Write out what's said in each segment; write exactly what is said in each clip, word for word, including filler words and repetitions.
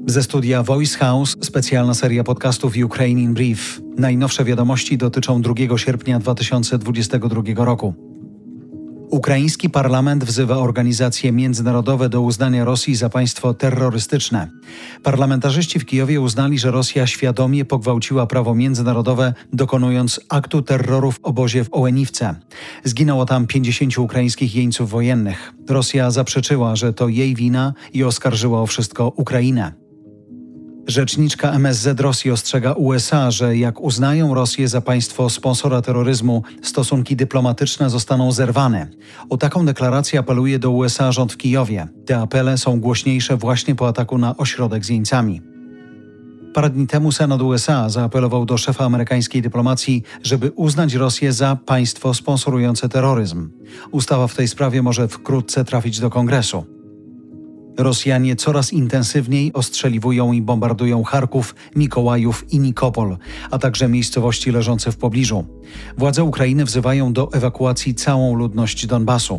Ze studia Voice House specjalna seria podcastów Ukraine in Brief. Najnowsze wiadomości dotyczą drugiego sierpnia dwa tysiące dwudziestego drugiego roku. Ukraiński parlament wzywa organizacje międzynarodowe do uznania Rosji za państwo terrorystyczne. Parlamentarzyści w Kijowie uznali, że Rosja świadomie pogwałciła prawo międzynarodowe, dokonując aktu terroru w obozie w Ołeniwce. Zginęło tam pięćdziesięciu ukraińskich jeńców wojennych. Rosja zaprzeczyła, że to jej wina i oskarżyła o wszystko Ukrainę. Rzeczniczka M S Z Rosji ostrzega U S A, że jak uznają Rosję za państwo sponsora terroryzmu, stosunki dyplomatyczne zostaną zerwane. O taką deklarację apeluje do U S A rząd w Kijowie. Te apele są głośniejsze właśnie po ataku na ośrodek z jeńcami. Parę dni temu Senat U S A zaapelował do szefa amerykańskiej dyplomacji, żeby uznać Rosję za państwo sponsorujące terroryzm. Ustawa w tej sprawie może wkrótce trafić do Kongresu. Rosjanie coraz intensywniej ostrzeliwują i bombardują Charków, Mikołajów i Nikopol, a także miejscowości leżące w pobliżu. Władze Ukrainy wzywają do ewakuacji całą ludność Donbasu.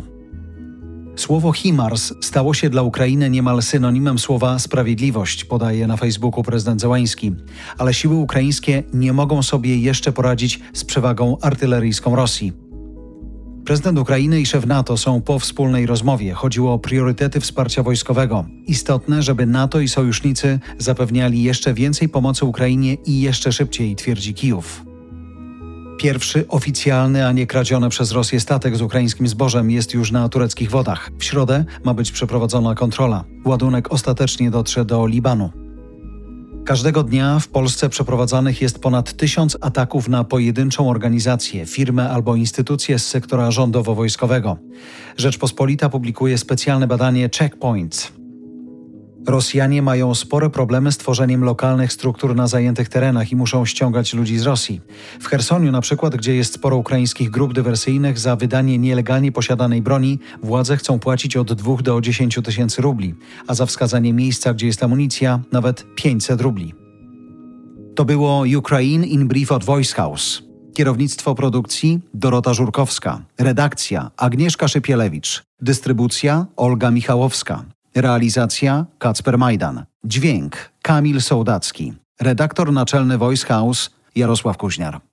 Słowo HIMARS stało się dla Ukrainy niemal synonimem słowa sprawiedliwość, podaje na Facebooku prezydent Zełański. Ale siły ukraińskie nie mogą sobie jeszcze poradzić z przewagą artyleryjską Rosji. Prezydent Ukrainy i szef NATO są po wspólnej rozmowie. Chodziło o priorytety wsparcia wojskowego. Istotne, żeby NATO i sojusznicy zapewniali jeszcze więcej pomocy Ukrainie i jeszcze szybciej, twierdzi Kijów. Pierwszy oficjalny, a nie kradziony przez Rosję statek z ukraińskim zbożem jest już na tureckich wodach. W środę ma być przeprowadzona kontrola. Ładunek ostatecznie dotrze do Libanu. Każdego dnia w Polsce przeprowadzanych jest ponad tysiąc ataków na pojedynczą organizację, firmę albo instytucję z sektora rządowo-wojskowego. Rzeczpospolita publikuje specjalne badanie Checkpoints. Rosjanie mają spore problemy z tworzeniem lokalnych struktur na zajętych terenach i muszą ściągać ludzi z Rosji. W Chersoniu na przykład, gdzie jest sporo ukraińskich grup dywersyjnych, za wydanie nielegalnie posiadanej broni władze chcą płacić od dwóch do dziesięciu tysięcy rubli, a za wskazanie miejsca, gdzie jest amunicja, nawet pięćset rubli. To było Ukraine in Brief od Voice House. Kierownictwo produkcji Dorota Żurkowska. Redakcja Agnieszka Szypielewicz. Dystrybucja Olga Michałowska. Realizacja Kacper Majdan. Dźwięk Kamil Sołdacki. Redaktor naczelny Voice House Jarosław Kuźniar.